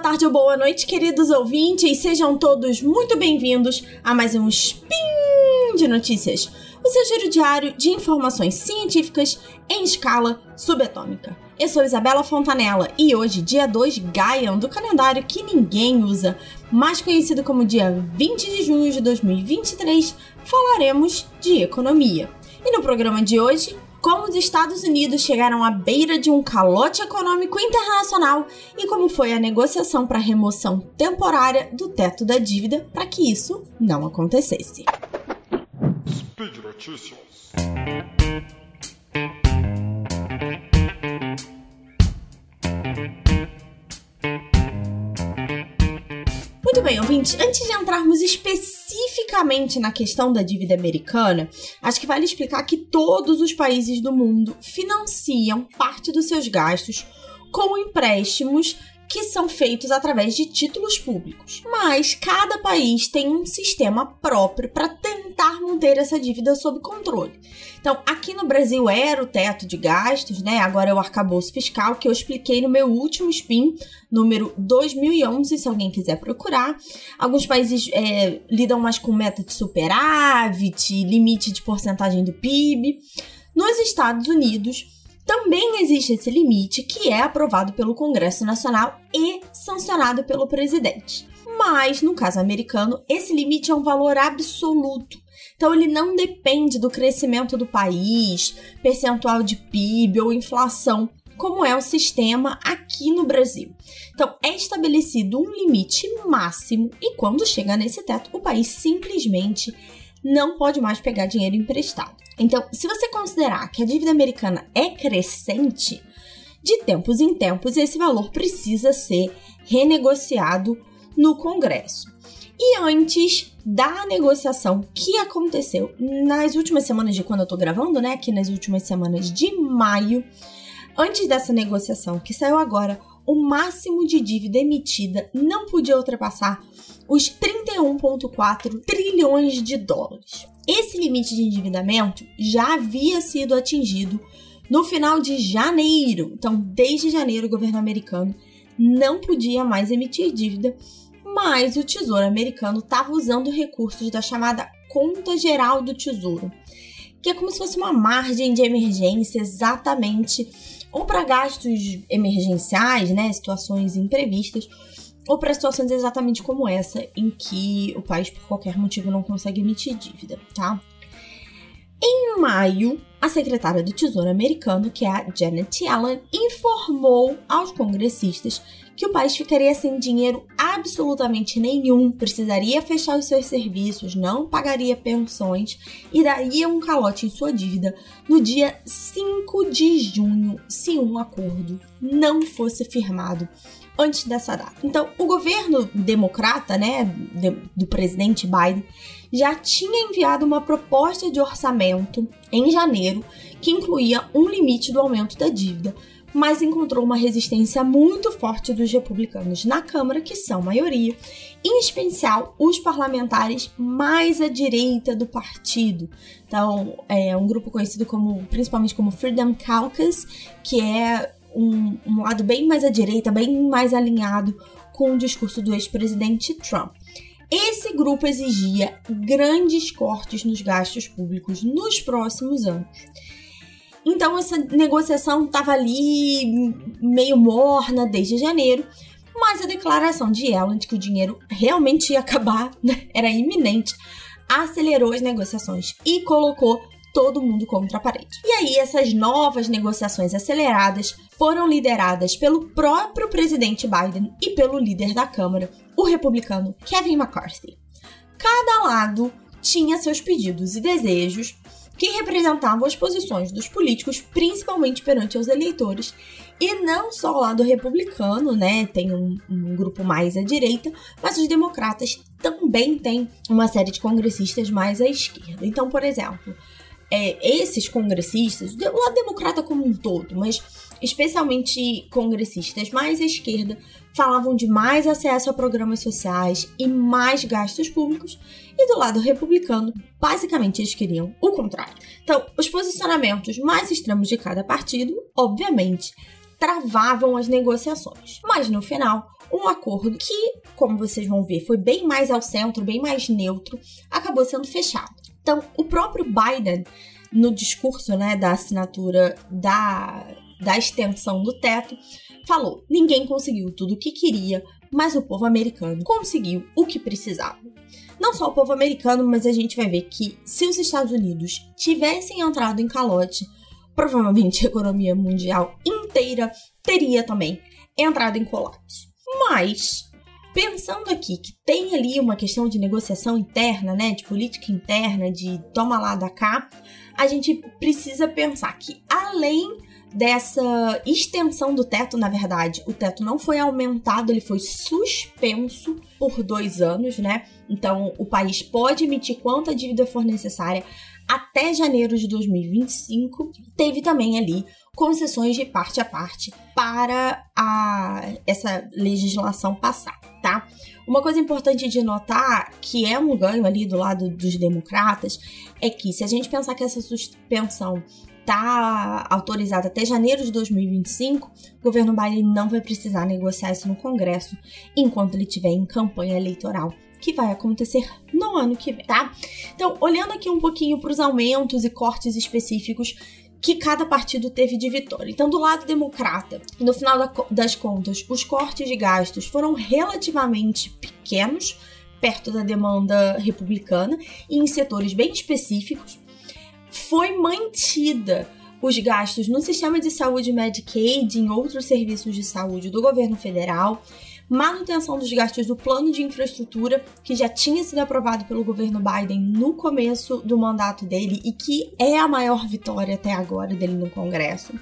tarde ou boa noite, queridos ouvintes. Sejam todos muito bem-vindos a mais um Spin de Notícias, o seu giro diário de informações científicas em escala subatômica. Eu sou Isabela Fontanella e hoje, dia 2 Gaian do calendário que ninguém usa, mais conhecido como dia 20 de junho de 2023, falaremos de economia. E no programa de hoje, como os Estados Unidos chegaram à beira de um calote econômico internacional e como foi a negociação para a remoção temporária do teto da dívida para que isso não acontecesse. Speed Notícias. Muito bem, ouvintes, antes de entrarmos especificamente na questão da dívida americana, acho que vale explicar que todos os países do mundo financiam parte dos seus gastos com empréstimos que são feitos através de títulos públicos. Mas cada país tem um sistema próprio para tentar manter essa dívida sob controle. Então, aqui no Brasil era o teto de gastos, né? Agora é o arcabouço fiscal, que eu expliquei no meu último spin, número 2011, se alguém quiser procurar. Alguns países lidam mais com meta de superávit, limite de porcentagem do PIB. Nos Estados Unidos, também existe esse limite, que é aprovado pelo Congresso Nacional e sancionado pelo presidente. Mas, no caso americano, esse limite é um valor absoluto. Então, ele não depende do crescimento do país, percentual de PIB ou inflação, como é o sistema aqui no Brasil. Então, é estabelecido um limite máximo e quando chega nesse teto, o país simplesmente não pode mais pegar dinheiro emprestado. Então, se você considerar que a dívida americana é crescente, de tempos em tempos esse valor precisa ser renegociado no Congresso. E antes da negociação que aconteceu nas últimas semanas de quando eu tô gravando, né, aqui nas últimas semanas de maio, antes dessa negociação que saiu agora, o máximo de dívida emitida não podia ultrapassar os 31,4 trilhões de dólares. Esse limite de endividamento já havia sido atingido no final de janeiro. Então, desde janeiro, o governo americano não podia mais emitir dívida, mas o Tesouro americano estava usando recursos da chamada Conta Geral do Tesouro, que é como se fosse uma margem de emergência exatamente, ou para gastos emergenciais, né, situações imprevistas, ou para situações exatamente como essa, em que o país, por qualquer motivo, não consegue emitir dívida, tá? Em maio, a secretária do Tesouro americano, que é a Janet Yellen, informou aos congressistas que o país ficaria sem dinheiro absolutamente nenhum, precisaria fechar os seus serviços, não pagaria pensões e daria um calote em sua dívida no dia 5 de junho, se um acordo não fosse firmado antes dessa data. Então, o governo democrata, né, do presidente Biden, já tinha enviado uma proposta de orçamento em janeiro que incluía um limite do aumento da dívida, mas encontrou uma resistência muito forte dos republicanos na Câmara, que são maioria, em especial os parlamentares mais à direita do partido. Então, é um grupo conhecido principalmente como Freedom Caucus, que é um lado bem mais à direita, bem mais alinhado com o discurso do ex-presidente Trump. Esse grupo exigia grandes cortes nos gastos públicos nos próximos anos. Então, essa negociação estava ali meio morna desde janeiro, mas a declaração de Yellen de que o dinheiro realmente ia acabar, né, era iminente, acelerou as negociações e colocou todo mundo contra a parede. E aí, essas novas negociações aceleradas foram lideradas pelo próprio presidente Biden e pelo líder da Câmara, o republicano Kevin McCarthy. Cada lado tinha seus pedidos e desejos que representavam as posições dos políticos, principalmente perante os eleitores, e não só o lado republicano, né, tem um grupo mais à direita, mas os democratas também têm uma série de congressistas mais à esquerda. Então, por exemplo, esses congressistas, o lado democrata como um todo, mas especialmente congressistas mais à esquerda, falavam de mais acesso a programas sociais e mais gastos públicos, e do lado republicano, basicamente eles queriam o contrário. Então, os posicionamentos mais extremos de cada partido, obviamente, travavam as negociações. Mas no final, Um acordo que, como vocês vão ver, foi bem mais ao centro, bem mais neutro, acabou sendo fechado. Então, o próprio Biden, no discurso, né, da assinatura da extensão do teto, falou: ninguém conseguiu tudo o que queria, mas o povo americano conseguiu o que precisava. Não só o povo americano, mas a gente vai ver que se os Estados Unidos tivessem entrado em calote, provavelmente a economia mundial inteira teria também entrado em colapso. Mas, pensando aqui que tem ali uma questão de negociação interna, né, de política interna, de toma lá da cá, a gente precisa pensar que além dessa extensão do teto, na verdade, o teto não foi aumentado, ele foi suspenso por 2 anos, né? Então, o país pode emitir quanta dívida for necessária até janeiro de 2025. Teve também ali concessões de parte a parte para essa legislação passar, tá? Uma coisa importante de notar, que é um ganho ali do lado dos democratas, é que se a gente pensar que essa suspensão está autorizada até janeiro de 2025, o governo Biden não vai precisar negociar isso no Congresso enquanto ele estiver em campanha eleitoral, que vai acontecer no ano que vem, tá? Então, olhando aqui um pouquinho para os aumentos e cortes específicos que cada partido teve de vitória. Então, do lado democrata, no final das contas, os cortes de gastos foram relativamente pequenos, perto da demanda republicana, e em setores bem específicos. Foi mantida os gastos no sistema de saúde Medicaid e em outros serviços de saúde do governo federal, manutenção dos gastos do plano de infraestrutura, que já tinha sido aprovado pelo governo Biden no começo do mandato dele e que é a maior vitória até agora dele no Congresso.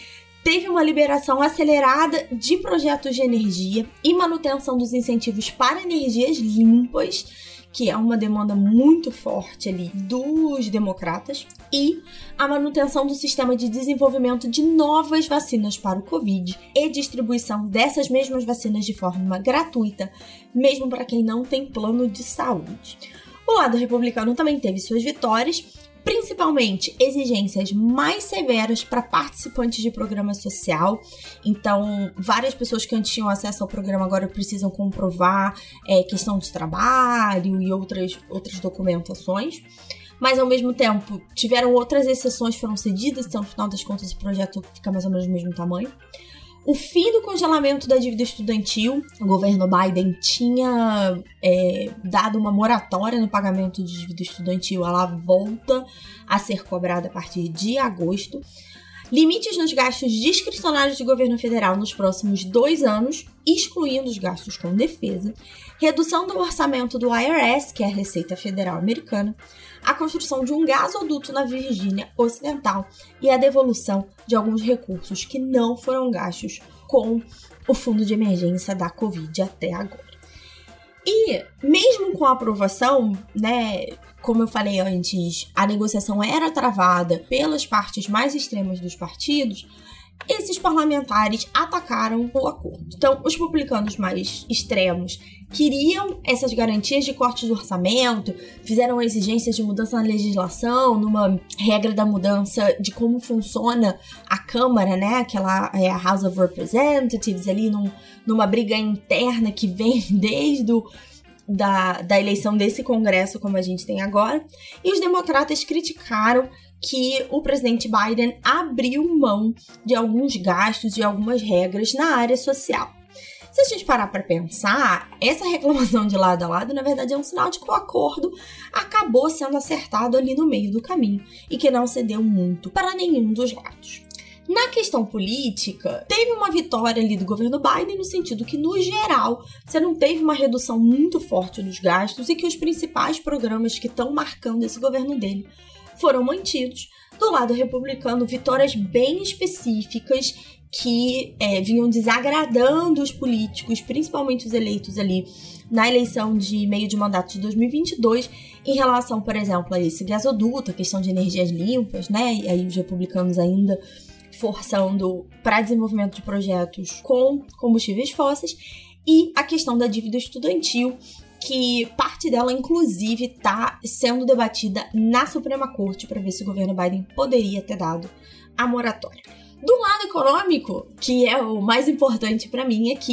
Teve uma liberação acelerada de projetos de energia e manutenção dos incentivos para energias limpas, que é uma demanda muito forte ali dos democratas, e a manutenção do sistema de desenvolvimento de novas vacinas para o Covid e distribuição dessas mesmas vacinas de forma gratuita, mesmo para quem não tem plano de saúde. O lado republicano também teve suas vitórias, principalmente exigências mais severas para participantes de programa social. Então, várias pessoas que antes tinham acesso ao programa agora precisam comprovar questão de trabalho e outras documentações. Mas, ao mesmo tempo, tiveram outras exceções que foram cedidas, então, no final das contas, o projeto fica mais ou menos do mesmo tamanho. O fim do congelamento da dívida estudantil, o governo Biden tinha dado uma moratória no pagamento de dívida estudantil, ela volta a ser cobrada a partir de agosto. Limites nos gastos discricionários do governo federal nos próximos 2 anos, excluindo os gastos com defesa. Redução do orçamento do IRS, que é a Receita Federal Americana. A construção de um gasoduto na Virgínia Ocidental e a devolução de alguns recursos que não foram gastos com o fundo de emergência da Covid até agora. E mesmo com a aprovação, né, como eu falei antes, a negociação era travada pelas partes mais extremas dos partidos, esses parlamentares atacaram o acordo. Então, os republicanos mais extremos queriam essas garantias de corte do orçamento, fizeram exigências de mudança na legislação, numa regra da mudança de como funciona a Câmara, né? Aquela é a House of Representatives ali, numa briga interna que vem desde da eleição desse Congresso como a gente tem agora. E os democratas criticaram que o presidente Biden abriu mão de alguns gastos e algumas regras na área social. Se a gente parar para pensar, essa reclamação de lado a lado, na verdade, é um sinal de que o acordo acabou sendo acertado ali no meio do caminho e que não cedeu muito para nenhum dos lados. Na questão política, teve uma vitória ali do governo Biden no sentido que, no geral, você não teve uma redução muito forte dos gastos e que os principais programas que estão marcando esse governo dele foram mantidos. Do lado republicano, vitórias bem específicas que vinham desagradando os políticos, principalmente os eleitos ali na eleição de meio de mandato de 2022, em relação, por exemplo, a esse gasoduto, a questão de energias limpas, né? E aí os republicanos ainda forçando para desenvolvimento de projetos com combustíveis fósseis, e a questão da dívida estudantil, que parte dela, inclusive, está sendo debatida na Suprema Corte para ver se o governo Biden poderia ter dado a moratória. Do lado econômico, que é o mais importante para mim, é que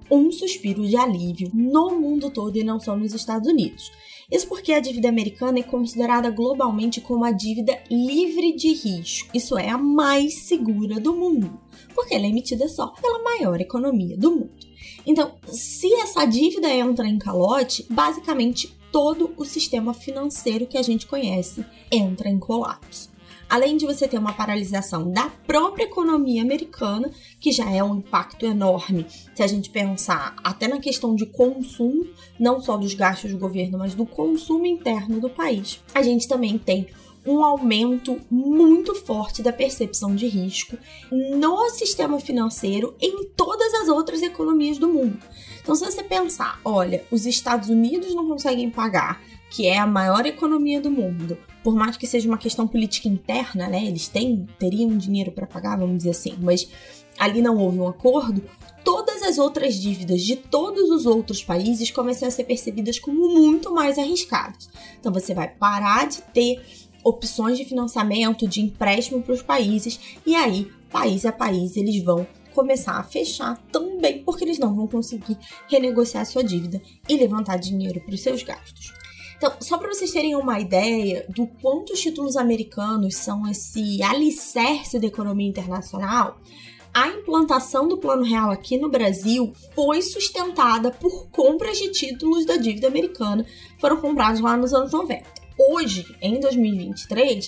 um suspiro de alívio no mundo todo e não só nos Estados Unidos. Isso porque a dívida americana é considerada globalmente como a dívida livre de risco. Isso é a mais segura do mundo, porque ela é emitida só pela maior economia do mundo. Então, se essa dívida entra em calote, basicamente todo o sistema financeiro que a gente conhece entra em colapso. Além de você ter uma paralisação da própria economia americana, que já é um impacto enorme, se a gente pensar até na questão de consumo, não só dos gastos do governo, mas do consumo interno do país. A gente também tem um aumento muito forte da percepção de risco no sistema financeiro em todas as outras economias do mundo. Então, se você pensar, olha, os Estados Unidos não conseguem pagar, que é a maior economia do mundo, por mais que seja uma questão política interna, né? Eles teriam dinheiro para pagar, vamos dizer assim, mas ali não houve um acordo. Todas as outras dívidas de todos os outros países começam a ser percebidas como muito mais arriscadas. Então, você vai parar de ter opções de financiamento, de empréstimo para os países, e aí, país a país, eles vão começar a fechar também, porque eles não vão conseguir renegociar sua dívida e levantar dinheiro para os seus gastos. Então, só para vocês terem uma ideia do quanto os títulos americanos são esse alicerce da economia internacional, a implantação do Plano Real aqui no Brasil foi sustentada por compras de títulos da dívida americana, foram comprados lá nos anos 90. Hoje, em 2023,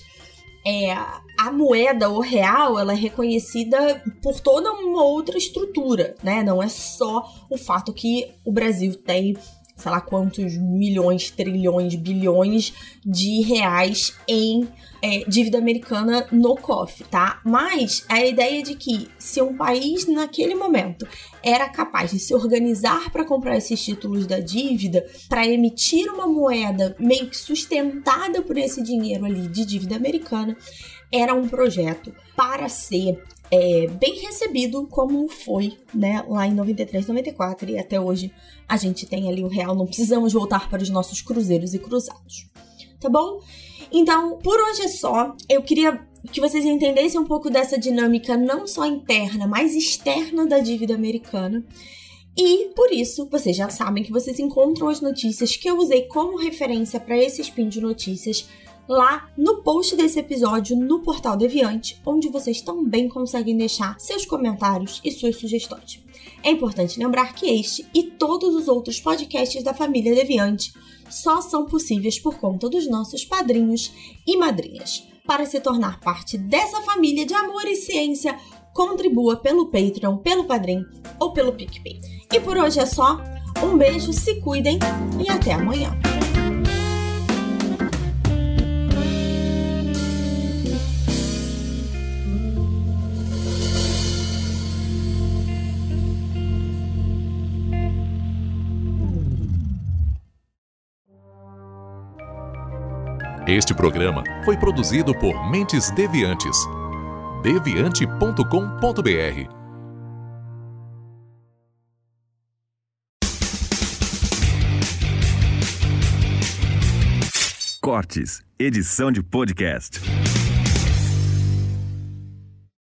a moeda, o real, ela é reconhecida por toda uma outra estrutura, né? Não é só o fato que o Brasil tem, sei lá quantos milhões, trilhões, bilhões de reais em dívida americana no cofre, tá? Mas a ideia de que se um país naquele momento era capaz de se organizar para comprar esses títulos da dívida, para emitir uma moeda meio que sustentada por esse dinheiro ali de dívida americana, era um projeto para ser bem recebido, como foi, né, lá em 93, 94, e até hoje a gente tem ali o real, não precisamos voltar para os nossos cruzeiros e cruzados, tá bom? Então, por hoje é só. Eu queria que vocês entendessem um pouco dessa dinâmica não só interna, mas externa da dívida americana. E, por isso, vocês já sabem que vocês encontram as notícias que eu usei como referência para esse spin de notícias lá no post desse episódio no Portal Deviante, onde vocês também conseguem deixar seus comentários e suas sugestões. É importante lembrar que este e todos os outros podcasts da família Deviante só são possíveis por conta dos nossos padrinhos e madrinhas. Para se tornar parte dessa família de amor e ciência, contribua pelo Patreon, pelo Padrim ou pelo PicPay. E por hoje é só. Um beijo, se cuidem e até amanhã. Este programa foi produzido por Mentes Deviantes. deviante.com.br. Cortes, edição de podcast.